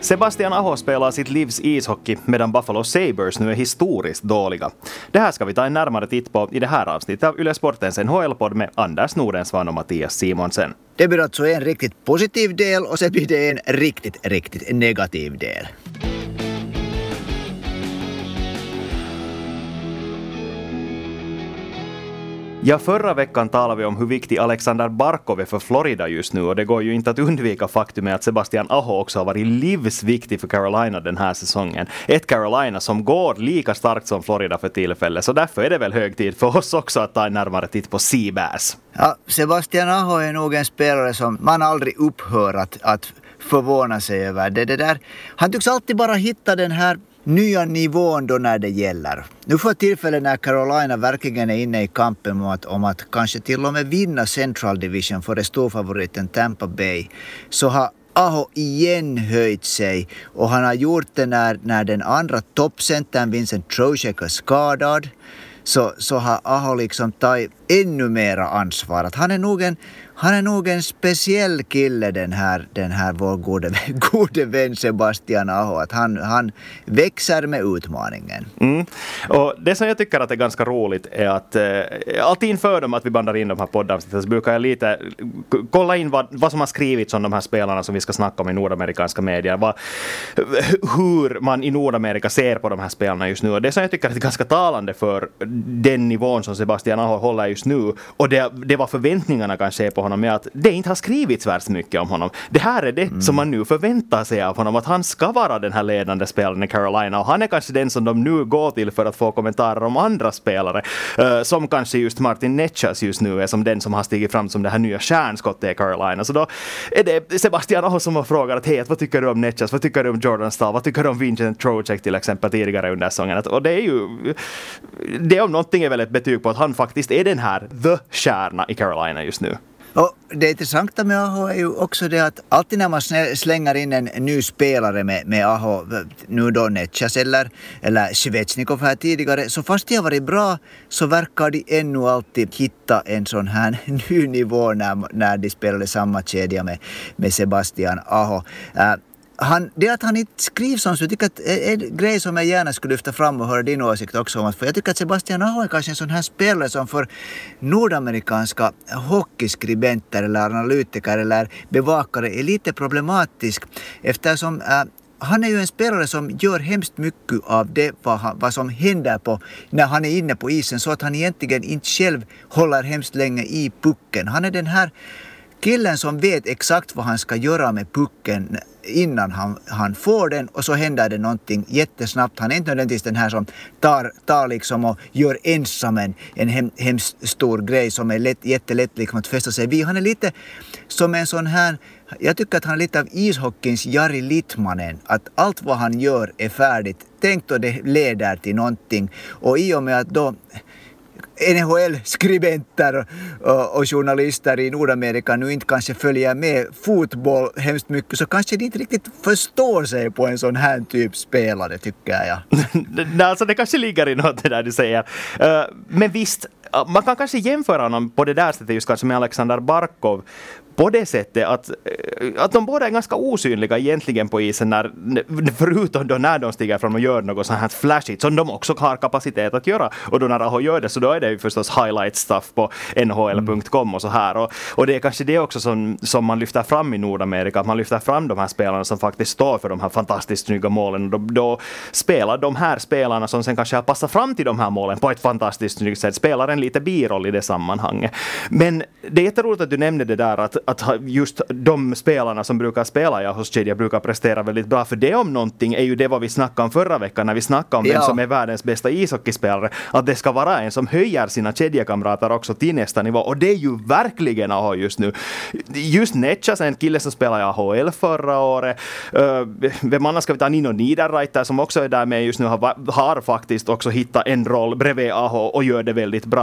Sebastian Aho spelar sitt livs ishockey medan Buffalo Sabres nu är historiskt dåliga. Det här ska vi ta en närmare titt på i det här avsnittet av Yle Sportens NHL-podd med Anders Nordensvan och Mattias Simonsen. Det blir alltså en riktigt positiv del och sen blir det en riktigt negativ del. Ja, förra veckan talade vi om hur viktig Alexander Barkov är för Florida just nu och det går ju inte att undvika faktumet att Sebastian Aho också har varit livsviktig för Carolina den här säsongen. Ett Carolina som går lika starkt som Florida för tillfället, så därför är det väl hög tid för oss också att ta en närmare titt på Seabass. Ja, Sebastian Aho är nog en spelare som man aldrig upphör att förvåna sig över. Det där. Han tycks alltid bara hitta den här nya nivån då när det gäller. Nu får tillfället när Carolina verkligen är inne i kampen om att kanske till och med vinna Central Division för det storfavoriten Tampa Bay, så har Aho igen höjt sig och han har gjort det när den andra toppcentern Vincent Trocheck är skadad. Så har Aho liksom tagit ännu mera ansvar. Att han är nog en speciell kille den här vår gode vän Sebastian Aho. Att han växer med utmaningen. Och det som jag tycker att är ganska roligt är att alltid inför dem att vi bandar in de här poddavsnitten så brukar jag lite kolla in vad som har skrivits om de här spelarna som vi ska snacka om i nordamerikanska medier. Hur man i Nordamerika ser på de här spelarna just nu. Och det som jag tycker är ganska talande för den nivån som Sebastian Aho håller just nu, och det var förväntningarna kanske på honom, är att det inte har skrivits värst mycket om honom. Det här är det som man nu förväntar sig av honom, att han ska vara den här ledande spelaren i Carolina, och han är kanske den som de nu går till för att få kommentarer om andra spelare, som kanske just Martin Necas just nu är som den som har stigit fram som det här nya stjärnskottet i Carolina. Så då är det Sebastian Aho som har frågat att vad tycker du om Necas, vad tycker du om Jordan Stahl, vad tycker du om Vincent Trocheck till exempel tidigare under säsongen. Och det är ju det om någonting är väl ett betyg på att han faktiskt är den här the-stjärna i Carolina just nu. Och det intressanta med Aho är ju också det att alltid när man slänger in en ny spelare med Aho, nu då Necas eller Svechnikov här tidigare, så fast de har varit bra så verkar de ännu alltid hitta en sån här ny nivå när de spelade samma kedja med Sebastian Aho. Det att han inte skrivs om, så jag tycker att en grej som jag gärna skulle lyfta fram och höra din åsikt också om, för jag tycker att Sebastian Aho är kanske en sån här spelare som för nordamerikanska hockeyskribenter eller analytiker eller bevakare är lite problematisk, eftersom han är ju en spelare som gör hemskt mycket av det vad som händer när han är inne på isen, så att han egentligen inte själv håller hemskt länge i pucken. Han är den här killen som vet exakt vad han ska göra med pucken innan han får den, och så händer det någonting jättesnabbt. Han är inte nödvändigtvis den här som tar liksom och gör ensam en hemskt stor grej som är jättelätt liksom att fästa sig vid. Han är lite som en sån här, jag tycker att han är lite av ishockeyns Jari Littmanen, att allt vad han gör är färdigt tänkt och det leder till någonting. Och i och med att då NHL-skribenter och journalister i Nordamerika nu inte kanske följer med fotboll hemskt mycket, så kanske de inte riktigt förstår sig på en sån här typ spelare, tycker jag. Alltså det kanske ligger i något det där du säger. Men visst, man kan kanske jämföra honom på det där sättet just kanske med Alexander Barkov, på det sättet att de båda är ganska osynliga egentligen på isen, förutom då när de stiger fram och gör något sånt här flashigt som de också har kapacitet att göra. Och då när Aho gör det, så då är det ju förstås highlight stuff på nhl.com och så här. Och det är kanske det också som man lyfter fram i Nordamerika, att man lyfter fram de här spelarna som faktiskt står för de här fantastiskt snygga målen. Och då spelar de här spelarna som sen kanske har passat fram till de här målen på ett fantastiskt snyggt sätt, spelar en lite biroll i det sammanhanget. Men det är jätteroligt att du nämnde det där att just de spelarna som brukar spela i Ahos kedja brukar prestera väldigt bra, för det om någonting är ju det vad vi snackade om förra veckan när vi snackade om vem som är världens bästa ishockeyspelare, att det ska vara en som höjer sina kedjekamrater också till nästa nivå, och det är ju verkligen Aho just nu. Just Necas, en kille som spelade i AHL förra året, vem annars ska vi ta, Nino Niederreiter som också är där med just nu, har faktiskt också hittat en roll bredvid Aho och gör det väldigt bra.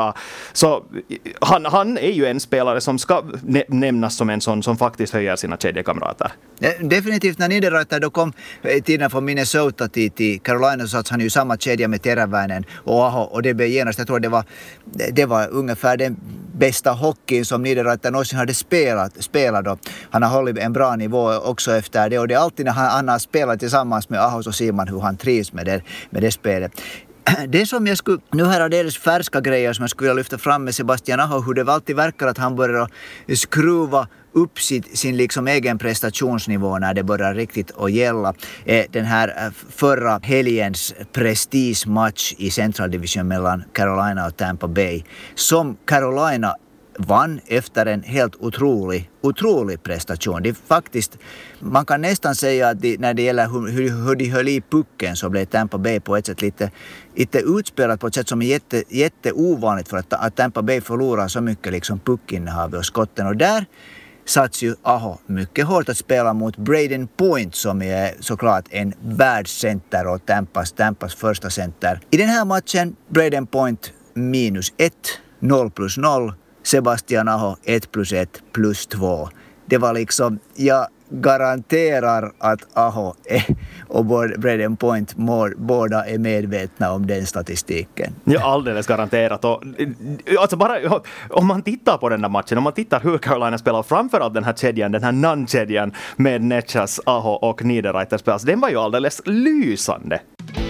bra. Så han är ju en spelare som ska nämnas som en sån som faktiskt höjer sina kedjekamrater. Definitivt när Niederreiter då kom tiden från Minnesota till Carolina, så satt han ju samma kedja med Teräväinen och Aho, och det blev genast, jag tror det var ungefär den bästa hockeyn som Niederreiter någonsin hade spelat då. Han har hållit en bra nivå också efter det, och det är alltid när han har spelat tillsammans med Aho så ser man hur han trivs med det spelet. Det som jag skulle, nu här är det färska grejer som jag skulle vilja lyfta fram med Sebastian Aho, hur det alltid verkar att han börjar skruva upp sin liksom egen prestationsnivå när det börjar riktigt att gälla. Den här förra helgens prestigematch i Central Division mellan Carolina och Tampa Bay, som Carolina vann efter en helt otrolig prestation. Det är faktiskt, man kan nästan säga att när det gäller hur de höll i pucken så blev Tampa Bay på ett sätt lite utspelat på ett sätt som är jätte ovanligt, för att Tampa Bay förlorar så mycket liksom puckinnehav och skotten, och där satt ju Aho mycket hårt att spela mot Brayden Point, som är såklart en världscenter och Tampas första center. I den här matchen Brayden Point -1, 0+0, Sebastian Aho 1+1 +2. Det var liksom, jag garanterar att Aho och Brayden Point båda är medvetna om den statistiken. Ja, alldeles garanterat. Och, alltså bara om man tittar på den där matchen, om man tittar hur Carolina spelar, framförallt den här kedjan, den här non-kedjan med Necas, Aho och Niederreiter spelas, den var ju alldeles lysande.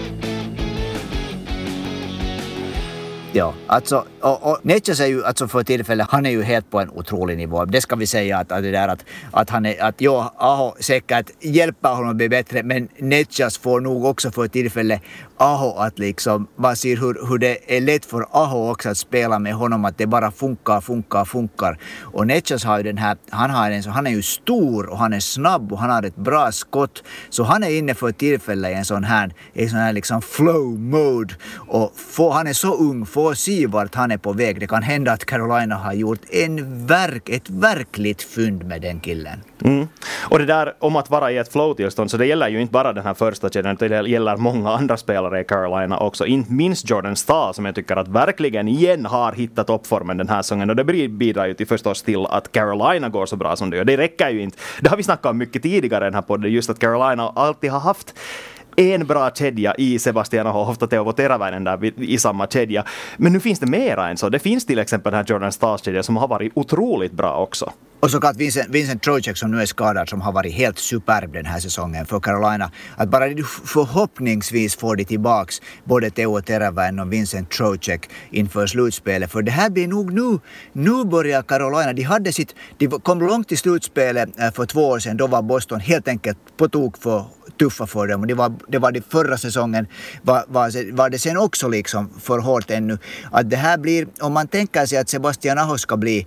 Ja, alltså, och Necas är ju alltså för tillfället, han är ju helt på en otrolig nivå. Det ska vi säga att han är, att ja, Aho säkert hjälper honom att bli bättre, men Necas får nog också för tillfället Aho att liksom, man ser hur det är lätt för Aho också att spela med honom, att det bara funkar. Och Necas har ju den här, han är ju stor och han är snabb och han har ett bra skott, så han är inne för tillfället i en sån här liksom flow mode, och han är så ung, får se vart han är på väg. Det kan hända att Carolina har gjort ett verkligt fynd med den killen. Mm. Och det där om att vara i ett flow-tillstånd, så det gäller ju inte bara den här första kedjan, utan det gäller många andra spelare i Carolina också. Inte minst Jordan Stahl, som jag tycker att verkligen igen har hittat toppformen den här säsongen, och det bidrar ju förstås till att Carolina går så bra som det gör. Det räcker ju inte. Det har vi snackat om mycket tidigare den här podden, just att Carolina alltid har haft en bra kedja i Sebastian Aho, ofta Teuvo Teräväinen där i samma kedja. Men nu finns det mera än så. Det finns till exempel den här Jordan Stahls kedja som har varit otroligt bra också. Och såklart Vincent Trocheck som nu är skadad, som har varit helt superb den här säsongen för Carolina. Att bara förhoppningsvis får de tillbaks både Teuvo Teräväinen och Vincent Trocheck inför slutspelet. För det här blir nog nu börjar Carolina, de kom långt i slutspelet för 2 år sedan. Då var Boston helt enkelt på tok för tuffa för dem. Och det var det förra säsongen. Var det sen också liksom för hårt ännu. Att det här blir, om man tänker sig att Sebastian Aho ska bli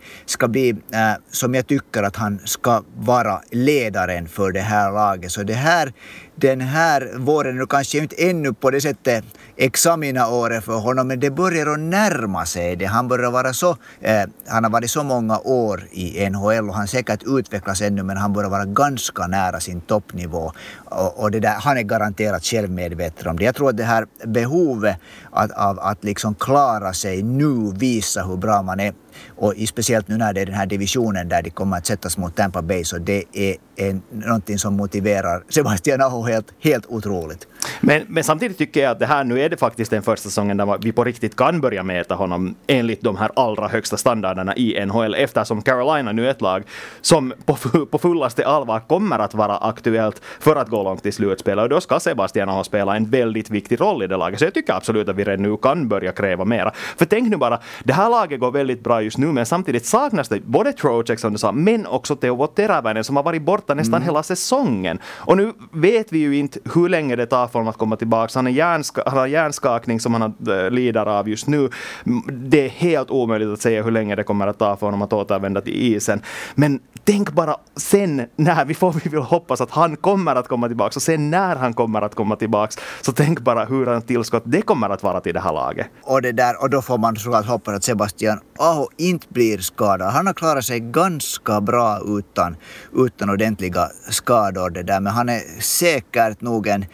som jag tycker att han ska vara ledaren för det här laget. Så den här våren, nu kanske inte ännu på det sättet examinaåret för honom, men det börjar att närma sig det. Han börjar vara han har varit så många år i NHL och han säkert utvecklas ännu, men han börjar vara ganska nära sin toppnivå. Och det där, han är garanterat självmedveten om det. Jag tror att det här behovet att liksom klara sig nu, visa hur bra man är, och speciellt nu när det är den här divisionen där de kommer att sättas mot Tampa Bay, så det är någonting som motiverar Sebastian Aho helt otroligt. Men samtidigt tycker jag att det här, nu är det faktiskt den första säsongen där vi på riktigt kan börja mäta honom enligt de här allra högsta standarderna i NHL, eftersom Carolina nu är ett lag som på fullaste allvar kommer att vara aktuellt för att gå långt i slutspelet, och då ska Sebastian Aho spela en väldigt viktig roll i det laget. Så jag tycker absolut att vi redan nu kan börja kräva mera. För tänk nu bara, det här laget går väldigt bra just nu, men samtidigt saknas det både Trocheck som du sa, men också Teuvo Teräväinen som har varit borta nästan hela säsongen. Och nu vet vi ju inte hur länge det tar för honom att komma tillbaka. Han har hjärnskakning som han lider av just nu. Det är helt omöjligt att säga hur länge det kommer att ta för honom att återvända till isen. Men tänk bara sen när vi vill hoppas att han kommer att komma tillbaka, och sen när han kommer att komma tillbaka, så tänk bara hur en tillskott det kommer att vara till det här laget. Och då får man såklart hoppas att Sebastian Aho inte blir skadad. Han har klarat sig ganska bra utan ordentliga skador det där, men han är säkert nog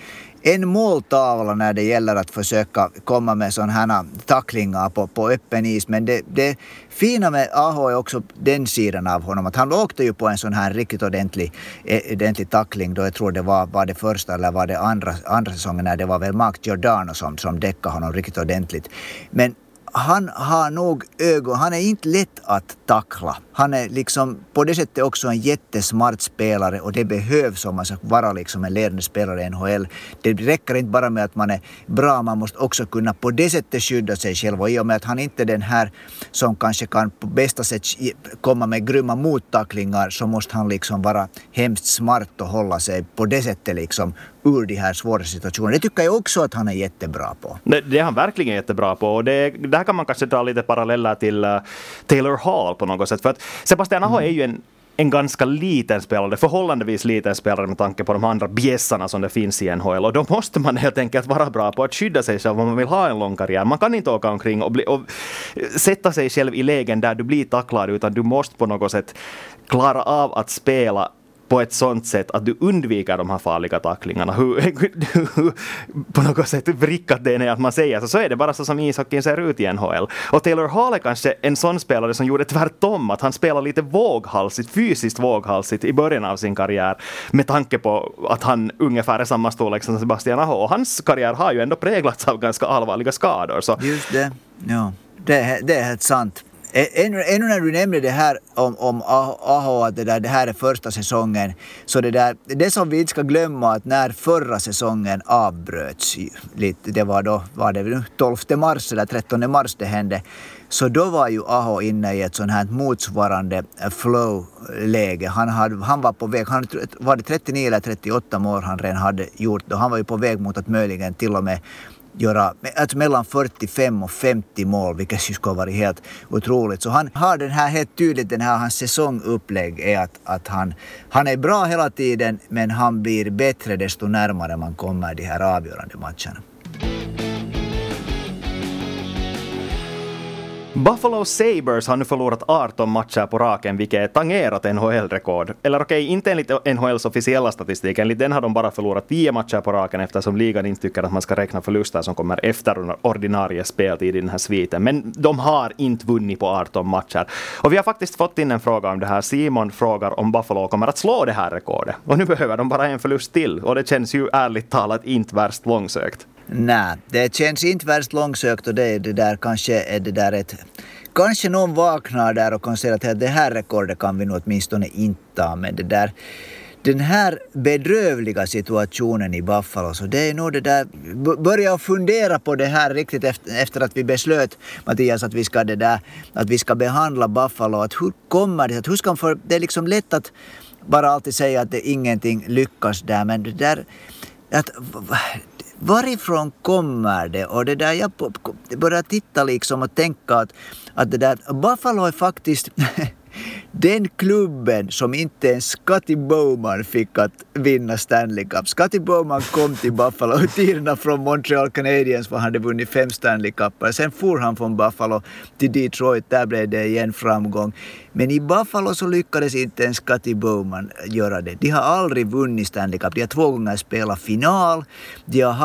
en måltavla när det gäller att försöka komma med sådana här tacklingar på öppen is. Men det fina med Aho är också den sidan av honom. Att han åkte ju på en sån här riktigt ordentlig tackling. Då jag tror det var det första eller var det andra säsongen när det var väl Mark Giordano som däckade honom riktigt ordentligt. Men han har nog ögon, han är inte lätt att tackla. Han är liksom på det sättet också en jättesmart spelare och det behövs om man ska vara liksom en ledande spelare i NHL. Det räcker inte bara med att man är bra, man måste också kunna på det sättet skydda sig själv. Och i och med att han inte är den här som kanske kan på bästa sätt komma med grymma mottacklingar, så måste han liksom vara hemskt smart och hålla sig på det sättet liksom ur de här svåra situationerna. Det tycker jag också att han är jättebra på. Det är han verkligen jättebra på. Och där kan man kanske dra lite paralleller till Taylor Hall på något sätt. För att Sebastian Aho är ju en ganska liten spelare, förhållandevis liten spelare med tanke på de andra bjässarna som det finns i NHL. Och då måste man helt enkelt vara bra på att skydda sig själv om man vill ha en lång karriär. Man kan inte åka omkring och sätta sig själv i lägen där du blir tacklad, utan du måste på något sätt klara av att spela på ett sånt sätt att du undviker de här farliga tacklingarna. Hur på något sätt vrickat det är att man säger så är det bara så som ishockeyn ser ut i NHL. Och Taylor Hall är kanske en sån spelare som gjorde tvärtom, att han spelar lite våghalsigt, fysiskt våghalsigt i början av sin karriär med tanke på att han ungefär är samma storlek som Sebastian Aho. Och hans karriär har ju ändå präglats av ganska allvarliga skador. Så. Just det, ja. Det är helt sant. Ännu när du nämnde det här om Aho, att det här är första säsongen, så det som vi inte ska glömma, att när förra säsongen avbröts, det var det 12 mars eller 13 mars det hände, så då var ju Aho inne i ett sånt här motsvarande flow-läge. Han var på väg, var det 39 eller 38 mål han redan hade gjort, och han var ju på väg mot att möjligen till och med göra mellan 45 och 50 mål, vilket ju ska vara helt otroligt. Så han har den här helt tydligt, den här hans säsongupplägg är att han är bra hela tiden, men han blir bättre desto närmare man kommer de här avgörande matcherna. Buffalo Sabres har nu förlorat 18 matcher på raken, vilket är tangerat NHL-rekord. Eller okej, inte enligt NHLs officiella statistik. Enligt den har de bara förlorat 10 matcher på raken, eftersom ligan inte tycker att man ska räkna förluster som kommer efter ordinarie speltid i den här sviten. Men de har inte vunnit på 18 matcher. Och vi har faktiskt fått in en fråga om det här. Simon frågar om Buffalo kommer att slå det här rekordet. Och nu behöver de bara en förlust till. Och det känns ju ärligt talat inte värst långsökt. Nej, det känns inte värst långsökt, och det där kanske är det där kanske någon vaknar där och konstaterar att det här rekordet kan vi nog åtminstone inte ta, men den här bedrövliga situationen i Buffalo, så det är nog det där, börja fundera på det här riktigt efter att vi beslöt, Mattias, att vi ska behandla Buffalo, att hur kommer det, att hur ska det är liksom lätt att bara alltid säga att det ingenting lyckas där, men det där att varifrån kommer det? Och det där, jag börjar titta liksom och tänka att det där, Buffalo är faktiskt den klubben som inte ens Scotty Bowman fick att vinna Stanley Cup. Scotty Bowman kom till Buffalo tiderna från Montreal Canadiens, för han hade vunnit 5 Stanley Cupar. Sen for han från Buffalo till Detroit, där blev det igen framgång. Men i Buffalo så lyckades inte ens Scotty Bowman göra det. De har aldrig vunnit Stanley Cup. De har 2 gånger spelat final. De har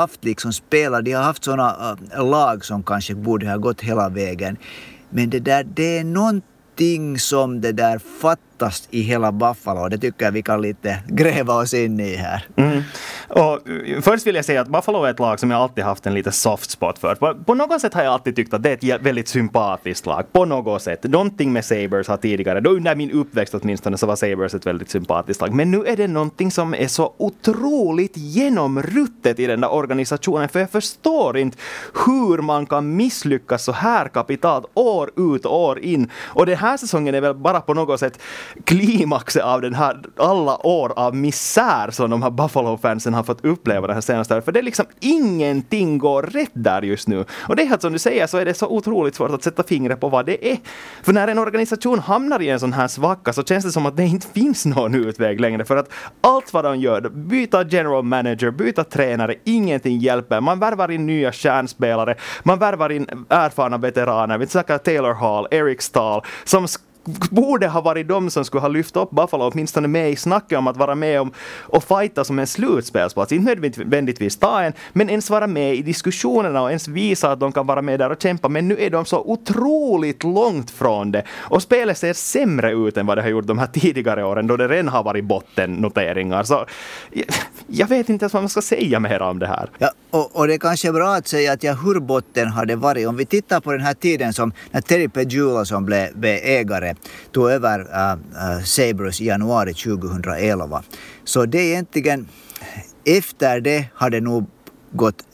haft sådana lag som kanske borde ha gått hela vägen. Men det är någonting som det där fattas i hela Buffalo. Det tycker jag vi kan lite gräva oss in i här. Och först vill jag säga att Buffalo är ett lag som jag alltid haft en lite soft spot för. På något sätt har jag alltid tyckt att det är ett väldigt sympatiskt lag. På något sätt. Någonting med Sabres har tidigare, då under min uppväxt åtminstone, så var Sabres ett väldigt sympatiskt lag. Men nu är det någonting som är så otroligt genomruttet i den där organisationen. För jag förstår inte hur man kan misslyckas så här kapitalt år ut och år in. Och den här säsongen är väl bara på något sätt klimaxet av den här alla år av misär som de här Buffalo-fansen har fått uppleva den här senaste året. För det är liksom ingenting går rätt där just nu. Och det är helt som du säger, så är det så otroligt svårt att sätta fingret på vad det är. För när en organisation hamnar i en sån här svacka så känns det som att det inte finns någon utväg längre. För att allt vad de gör, byta general manager, byta tränare, ingenting hjälper. Man värvar in nya stjärnspelare, man värvar in erfarna veteraner. Vi snackar Taylor Hall, Eric Stahl, som borde ha varit de som skulle ha lyft upp Buffalo åtminstone med i snacket om att vara med om och fighta som en slutspelsplats. Inte nödvändigtvis ta en, men ens vara med i diskussionerna och ens visa att de kan vara med där och kämpa. Men nu är de så otroligt långt från det. Och spelet ser sämre ut än vad det har gjort de här tidigare åren då det redan har varit bottennoteringar. Så jag vet inte ens vad man ska säga mer om det här. Ja, och det är kanske bra att säga att hur botten har det varit. Om vi tittar på den här tiden som när Terry Pegula som blev ägare tog över Sabres i januari 2011. Så det är egentligen efter det har det nog gått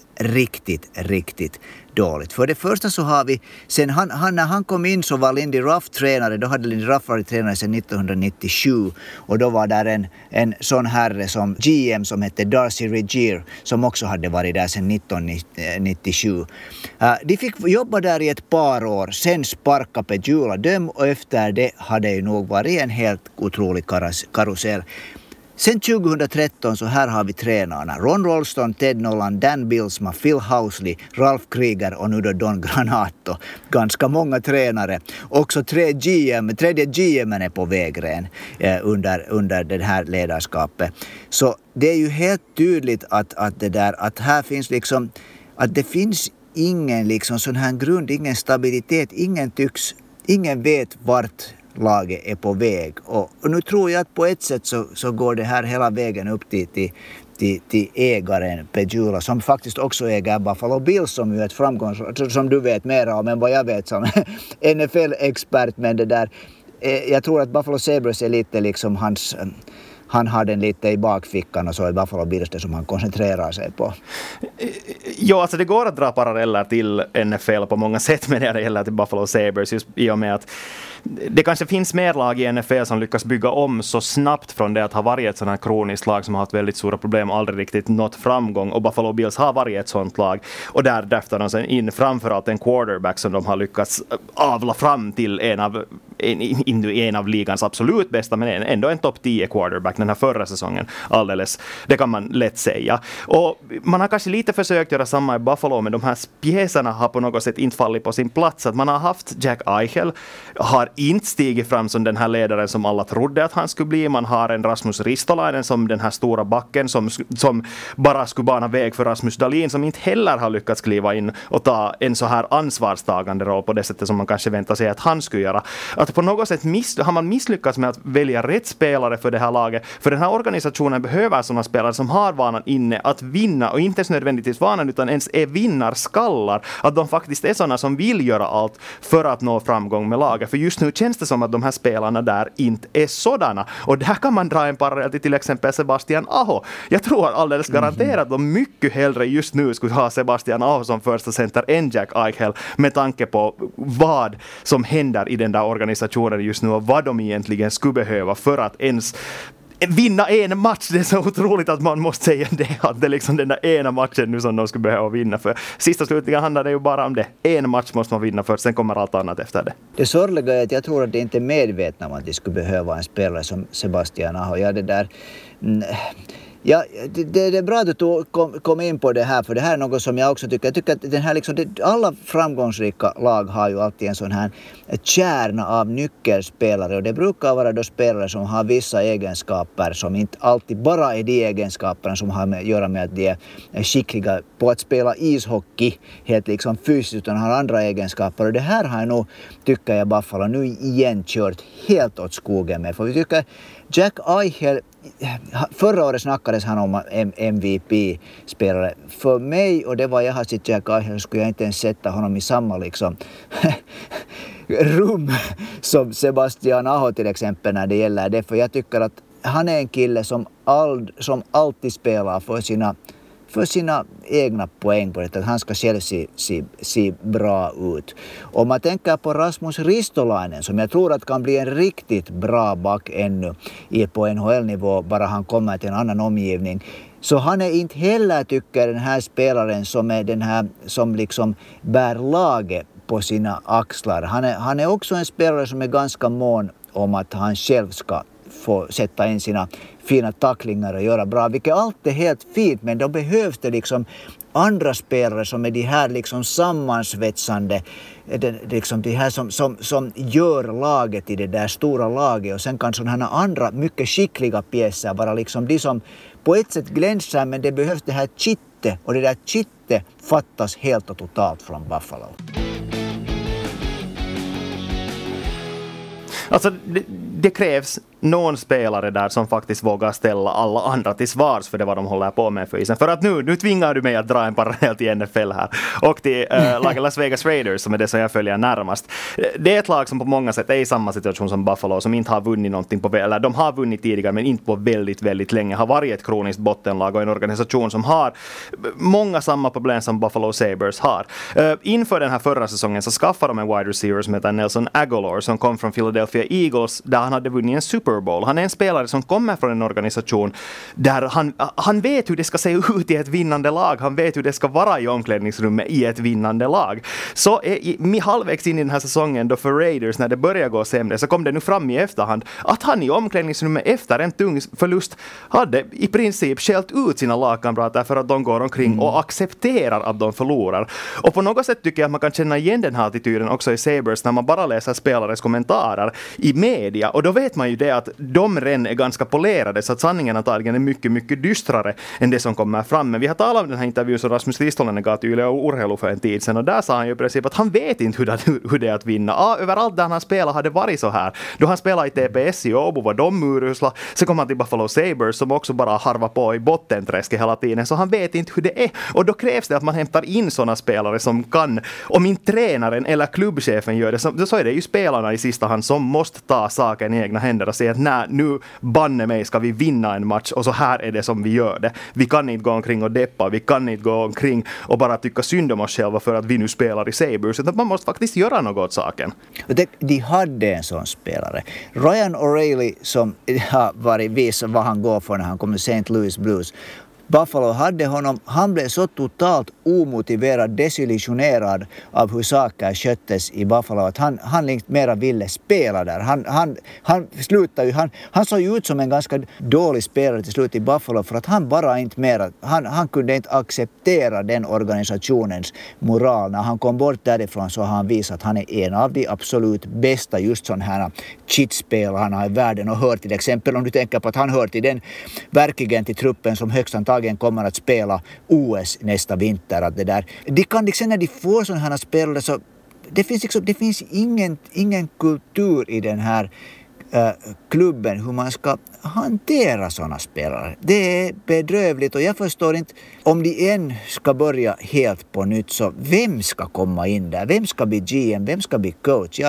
riktigt dåligt. För det första så har vi, sen när han kom in så var Lindy Ruff tränare, då hade Lindy Ruff varit tränare sedan 1997 och då var där en sån herre som GM som hette Darcy Regier som också hade varit där sedan 1997. De fick jobba där i ett par år, sen sparka Pegula dem och efter det hade ju nog varit en helt otrolig karusell. Sen 2013 så här har vi tränarna. Ron Rolston, Ted Nolan, Dan Bilsma, Phil Housley, Ralph Krieger och nu då Don Granato. Ganska många tränare. Också tredje GM:en är på vägren under det här ledarskapet. Så det är ju helt tydligt att här finns liksom, att det finns ingen liksom sån här grund, ingen stabilitet, ingen vet vart laget är på väg. Och nu tror jag att på ett sätt så går det här hela vägen upp till ägaren Pegula som faktiskt också äger Buffalo Bills som ju är ett framgång som du vet mer om än vad jag vet som NFL-expert. Men det där, jag tror att Buffalo Sabres är lite liksom han har den lite i bakfickan och så är Buffalo Bills det som han koncentrerar sig på. Ja, alltså det går att dra paralleller till NFL på många sätt men det gäller till Buffalo Sabres just i och med att det kanske finns mer lag i NFL som lyckas bygga om så snabbt från det att ha varit ett sådant här kroniskt lag som har haft väldigt stora problem och aldrig riktigt nått framgång. Och Buffalo Bills har varit ett sådant lag. Och där därför de sen in framförallt en quarterback som de har lyckats avla fram till en av ligans absolut bästa, men ändå en topp 10 quarterback den här förra säsongen. Alldeles, det kan man lätt säga. Och man har kanske lite försökt göra samma i Buffalo, men de här pjäserna har på något sätt inte fallit på sin plats. Att man har haft Jack Eichel, har inte stigit fram som den här ledaren som alla trodde att han skulle bli. Man har en Rasmus Ristolainen som den här stora backen som bara skulle bana väg för Rasmus Dahlin som inte heller har lyckats kliva in och ta en så här ansvarstagande roll på det sättet som man kanske väntar sig att han skulle göra. Att på något sätt har man misslyckats med att välja rätt spelare för det här laget. För den här organisationen behöver sådana spelare som har vanan inne att vinna och inte ens nödvändigtvis vanan utan ens är vinnarskallar. Att de faktiskt är sådana som vill göra allt för att nå framgång med laget. För just nu känns det som att de här spelarna där inte är sådana. Och där kan man dra en parallell till exempel Sebastian Aho. Jag tror alldeles garanterat att de mycket hellre just nu skulle ha Sebastian Aho som första center än Jack Eichel med tanke på vad som händer i den där organisationen just nu och vad de egentligen skulle behöva för att ens vinna en match. Det är så otroligt att man måste säga det. Att det är liksom den där ena matchen nu som de skulle behöva vinna. För sista slutligen handlar det ju bara om det. En match måste man vinna först, sen kommer allt annat efter det. Det sorgliga är att jag tror att det inte är medvetna om att de skulle behöva en spelare som Sebastian Aho. Ja, det där... Ja, det är bra att du kom in på det här, för det här är något som jag också tycker. Jag tycker att den här liksom, alla framgångsrika lag har ju alltid en sån här kärna av nyckelspelare och det brukar vara då spelare som har vissa egenskaper som inte alltid bara är de egenskaperna som har att göra med att de är skickliga på att spela ishockey helt liksom fysiskt utan har andra egenskaper och det här har jag nog, tycker jag, Buffalo nu igen kört helt åt skogen med, för vi tycker Jack Eichel, förra året snackades han om MVP-spelare. För mig, och det var jag har sett Jack Eichel, skulle jag inte ens sätta honom i samma liksom rum som Sebastian Aho till exempel när det gäller det. För jag tycker att han är en kille som alltid spelar för sina egna poäng på det, att han ska själv se bra ut. Om man tänker på Rasmus Ristolainen som jag tror att kan bli en riktigt bra back ännu på NHL-nivå bara han kommer till en annan omgivning. Så han är inte heller, tycker den här spelaren som är den här som liksom bär laget på sina axlar. Han är också en spelare som är ganska mån om att han själv ska få sätta in sina fina tacklingar och göra bra, vilket allt är helt fint, men då behövs det liksom andra spelare som är de här liksom sammansvetsande, liksom de här som gör laget i det där stora laget, och sen kan sådana andra mycket skickliga pjäser vara liksom de som på ett sätt glänser, men det behövs det här kittet, och det där kittet fattas helt och totalt från Buffalo. Alltså det krävs någon spelare där som faktiskt vågar ställa alla andra till svars för det vad de håller på med för isen. För att nu tvingar du mig att dra en parallell till NFL här. Och till laget Las Vegas Raiders, som är det som jag följer närmast. Det är ett lag som på många sätt är i samma situation som Buffalo, som inte har vunnit någonting på, eller de har vunnit tidigare men inte på väldigt, väldigt länge. Har varit ett kroniskt bottenlag och en organisation som har många samma problem som Buffalo Sabres har. Inför den här förra säsongen så skaffade de en wide receiver som heter Nelson Aguilar, som kom från Philadelphia Eagles, där han hade vunnit en Super Bowl. Han är en spelare som kommer från en organisation där han vet hur det ska se ut i ett vinnande lag. Han vet hur det ska vara i omklädningsrummet i ett vinnande lag. Så halvvägs in i den här säsongen då för Raiders, när det börjar gå sämre, så kom det nu fram i efterhand att han i omklädningsrummet efter en tung förlust hade i princip skällt ut sina lagkamrater för att de går omkring och accepterar att de förlorar. Och på något sätt tycker jag att man kan känna igen den här attityden också i Sabres när man bara läser spelares kommentarer i media. Och då vet man ju det att de redan är ganska polerade, så att sanningen antagligen är mycket, mycket dystrare än det som kommer fram. Men vi har talat om den här intervjun som Rasmus Ristolainen gav till Yle Urheilu för en tid sedan, och där sa han ju i princip att han vet inte hur det är att vinna. Överallt där han spelar hade varit så här. Då han spelade i TPS i Åbo var de urusla, så kom han till Buffalo Sabres som också bara harvar på i bottenträsket hela tiden, så han vet inte hur det är. Och då krävs det att man hämtar in sådana spelare som kan, om inte tränaren eller klubbchefen gör det, så är det ju spelarna i sista hand som måste ta saken i egna händer och säga att nej, nu banne mig ska vi vinna en match, och så här är det som vi gör det. Vi kan inte gå omkring och deppa, vi kan inte gå omkring och bara tycka synd om oss själva för att vi nu spelar i Sabres, utan man måste faktiskt göra något åt saken. De hade en sån spelare. Ryan O'Reilly, som har varit vis vad han går för när han kommer till St. Louis Blues. Buffalo hade honom, han blev så totalt omotiverad, desillusionerad av hur saker sköttes i Buffalo att han inte mera ville spela där. Han slutade ju, han såg ut som en ganska dålig spelare till slut i Buffalo, för att han bara inte mera, han kunde inte acceptera den organisationens moral. När han kom bort därifrån så har han visat att han är en av de absolut bästa just sådana här chitspelare i världen, och hör till exempel, om du tänker på att han hör till den verkligen till truppen som högst antagligen kommer att spela OS nästa vinter. Att det där, de kan liksom, när de får sådana här spelare, så det finns ingen kultur i den här klubben hur man ska hantera sådana spelare. Det är bedrövligt, och jag förstår inte, om de än ska börja helt på nytt, så vem ska komma in där? Vem ska bli GM? Vem ska bli coach?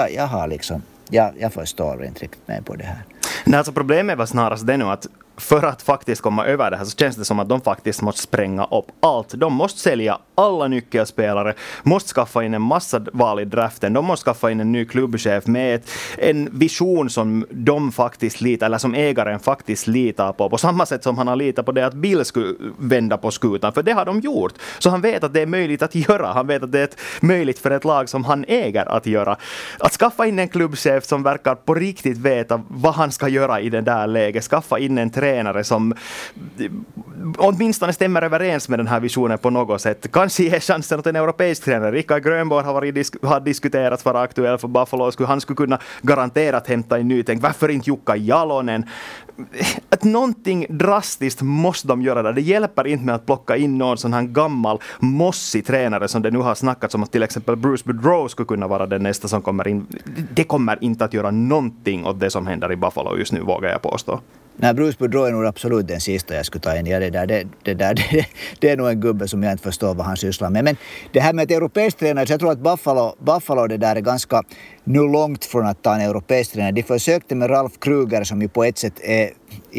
Jag förstår inte riktigt med på det här. Nej, alltså problemet var snarast det nu att för att faktiskt komma över det här så känns det som att de faktiskt måste spränga upp allt. De måste sälja alla nyckelspelare, måste skaffa in en massa val i draften, de måste skaffa in en ny klubbchef med en vision som de faktiskt litar, eller som ägaren faktiskt litar på samma sätt som han har litat på det att Bill skulle vända på skutan, för det har de gjort. Så han vet att det är möjligt att göra, han vet att det är möjligt för ett lag som han äger att göra. Att skaffa in en klubbchef som verkar på riktigt veta vad han ska göra i den där läget, skaffa in en tränare som åtminstone stämmer överens med den här visionen på något sätt. Kanske är chansen att en europeisk tränare. Rickard Grönborg har diskuterats vara aktuell för Buffalo. Han skulle kunna garanterat hämta en nytänk. Varför inte Jukka Jalonen? Att någonting drastiskt måste de göra där. Det hjälper inte med att plocka in någon sån här gammal mossig tränare som det nu har snackats om att till exempel Bruce Boudreau skulle kunna vara den nästa som kommer in. Det kommer inte att göra någonting åt det som händer i Buffalo just nu, vågar jag påstå. Nej, Bruce Boudreau är nog absolut den sista jag skulle ta in. Ja, det är nog en gubbe som jag inte förstår vad han sysslar med. Men det här med ett europeiskt tränare, så jag tror att Buffalo det där är ganska nu långt från att ta en europeisk tränare. De försökte med Ralf Kruger, som ju på ett sätt är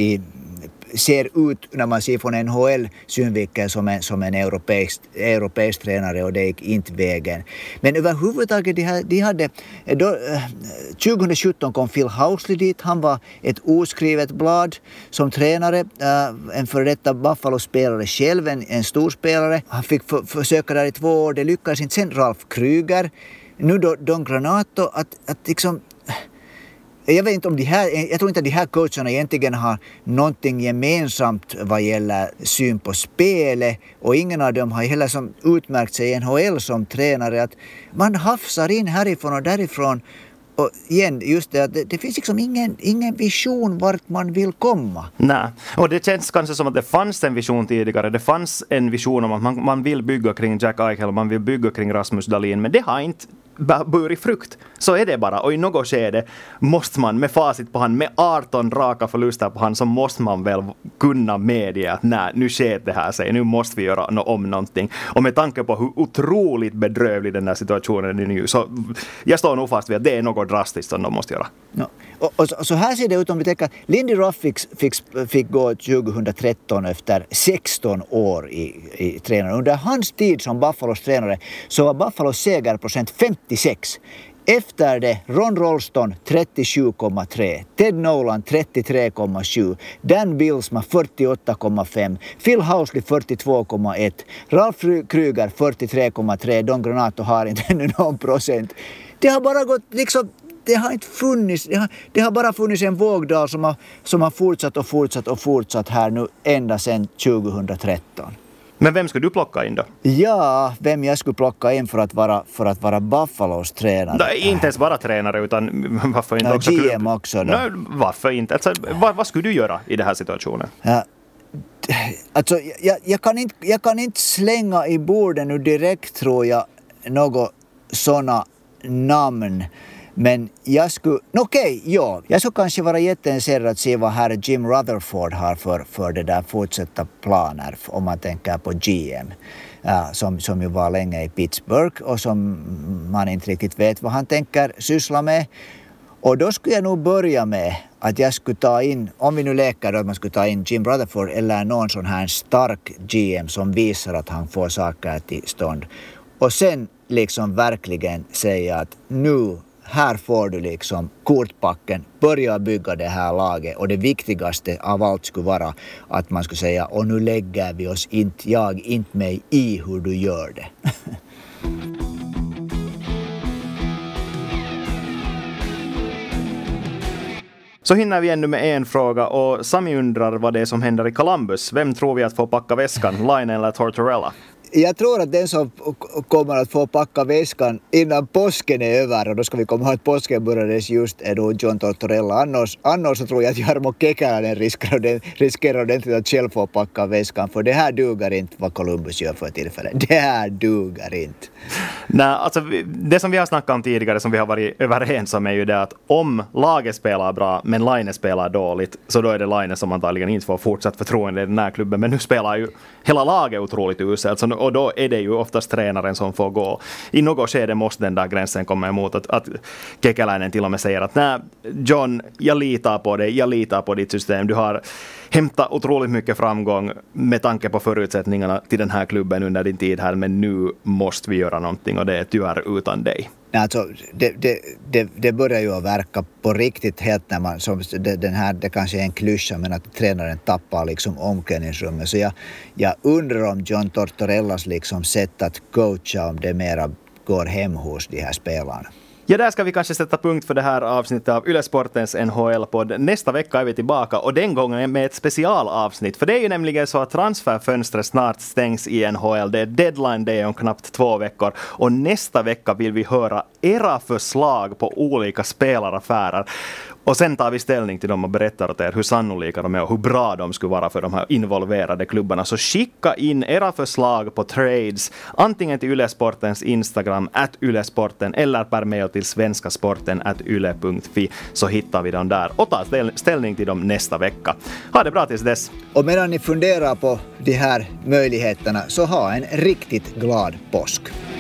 ser ut när man ser från NHL-synvinkel som en europeisk tränare, och det gick inte vägen. Men överhuvudtaget de hade då, 2017 kom Phil Housley dit. Han var ett oskrivet blad som tränare, en för detta Buffalo-spelare själv, en stor spelare. Han fick försöka där i 2 år, det lyckades inte. Sen Ralf Kruger, nu då Don Granato, att liksom Jag vet inte om jag tror inte att de här coacherna egentligen har någonting gemensamt vad gäller syn på spelet, och ingen av dem har heller som utmärkt sig i NHL som tränare, att man hafsar in härifrån och därifrån. Och igen, just det, att det finns liksom ingen vision vart man vill komma. Nej, och det känns kanske som att det fanns en vision tidigare. Det fanns en vision om att man vill bygga kring Jack Eichel, man vill bygga kring Rasmus Dahlin, men det har inte burit frukt. Så är det bara. Och i något skede måste man med facit på hand, med 18 raka förluster på hand, så måste man väl kunna medge att nej, nu sker det här sig. Nu måste vi göra om någonting. Och med tanke på hur otroligt bedrövlig den här situationen är nu, så jag står nog fast vid att det är något drastiskt som de måste göra. No. Och så här ser det ut om vi tänker. Lindy Ruff fick gå 2013 efter 16 år i tränare. Under hans tid som Buffalos tränare så var Buffalos segerprocent 56. Efter det Ron Rolston 37,3, Ted Nolan 33,7, Dan Bylsma 48,5, Phil Housley 42,1, Ralph Kruger 43,3, Don Granato har inte ännu någon procent. Det har bara gått liksom, det har inte funnits, det har bara funnits en vågdal som har fortsatt här nu ända sedan 2013. Men vem ska du plocka in då? Ja, vem jag skulle plocka in för att vara Buffalos tränare. Nej, inte ens bara tränare, utan varför inte också GM också då? Nej, varför inte? Alltså, vad skulle du göra i den här situationen? Ja, alltså, jag kan inte slänga i borden nu direkt, tror jag, något såna namn. Men jag skulle, jag skulle kanske vara jätteintresserad att se vad här Jim Rutherford har för det där fortsatta planer, om man tänker på GM. Som ju var länge i Pittsburgh och som man inte riktigt vet vad han tänker syssla med. Och då skulle jag nog börja med att jag skulle ta in, om vi nu leker då, att man skulle ta in Jim Rutherford eller någon sån här stark GM som visar att han får saker till stånd. Och sen liksom verkligen säga att nu, här får du liksom kortpacken, börja bygga det här laget, och det viktigaste av allt skulle vara att man skulle säga, och nu lägger vi oss inte mig i hur du gör det. Så hinner vi ännu med en fråga, och Sami undrar vad det är som händer i Columbus. Vem tror vi att får packa väskan, Line eller Tortorella? Jag tror att den som kommer att få packa väskan innan påsken är över, och då ska vi komma ihåg att påsken börjades just, är då John Tortorella. Annars så tror jag att Jarmo Kekäläinen riskerar ordentligt att själv få packa väskan, för det här duger inte vad Columbus gör för tillfället. Det här duger inte. Nej, alltså det som vi har snackat om tidigare, som vi har varit överens om, är ju det att om laget spelar bra men Line spelar dåligt, så då är det Line som antagligen inte får fortsatt förtroende i den här klubben. Men nu spelar ju hela laget otroligt uselt, och då är det ju oftast tränaren som får gå. I något skede måste den där gränsen komma emot att Kekäläinen till och med säger att nej, John, jag litar på dig, jag litar på ditt system. Du har hämtat otroligt mycket framgång med tanke på förutsättningarna till den här klubben under din tid här, men nu måste vi göra någonting, och det är tyvärr utan dig. Alltså, det börjar ju att verka på riktigt helt när man, som den här, det kanske är en klyscha, men att tränaren tappar liksom omklädningsrummet. Så jag undrar om John Tortorellas liksom sätt att coacha, om det mera går hem hos de här spelarna. Ja, där ska vi kanske sätta punkt för det här avsnittet av Yle Sportens NHL-podd. Nästa vecka är vi tillbaka, och den gången med ett specialavsnitt. För det är ju nämligen så att transferfönstret snart stängs i NHL. Det är deadline day om knappt 2 veckor. Och nästa vecka vill vi höra era förslag på olika spelaraffärer. Och sen tar vi ställning till dem och berättar åt er hur sannolika de är och hur bra de skulle vara för de här involverade klubbarna. Så skicka in era förslag på trades, antingen till Yle Sportens Instagram @ylesporten eller per mail till svenskasporten@yle.fi, så hittar vi dem där och tar ställning till dem nästa vecka. Ha det bra tills dess. Och medan ni funderar på de här möjligheterna, så ha en riktigt glad påsk.